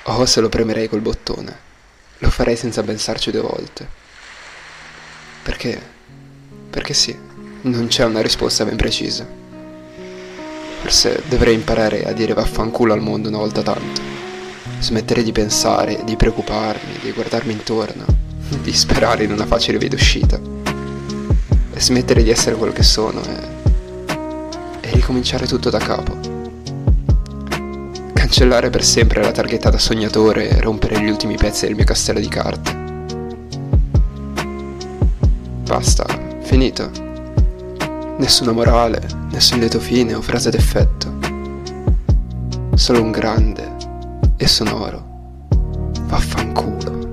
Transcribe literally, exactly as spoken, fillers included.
O se lo premerei col bottone, lo farei senza pensarci due volte. Perché? Perché sì, non c'è una risposta ben precisa. Forse dovrei imparare a dire vaffanculo al mondo una volta tanto. Smettere di pensare, di preoccuparmi, di guardarmi intorno, di sperare in una facile via d'uscita. E smettere di essere quello che sono e... e ricominciare tutto da capo. Cancellare per sempre la targhetta da sognatore e rompere gli ultimi pezzi del mio castello di carte. Basta, finito. Nessuna morale, nessun lieto fine o frase d'effetto. Solo un grande e sonoro vaffanculo.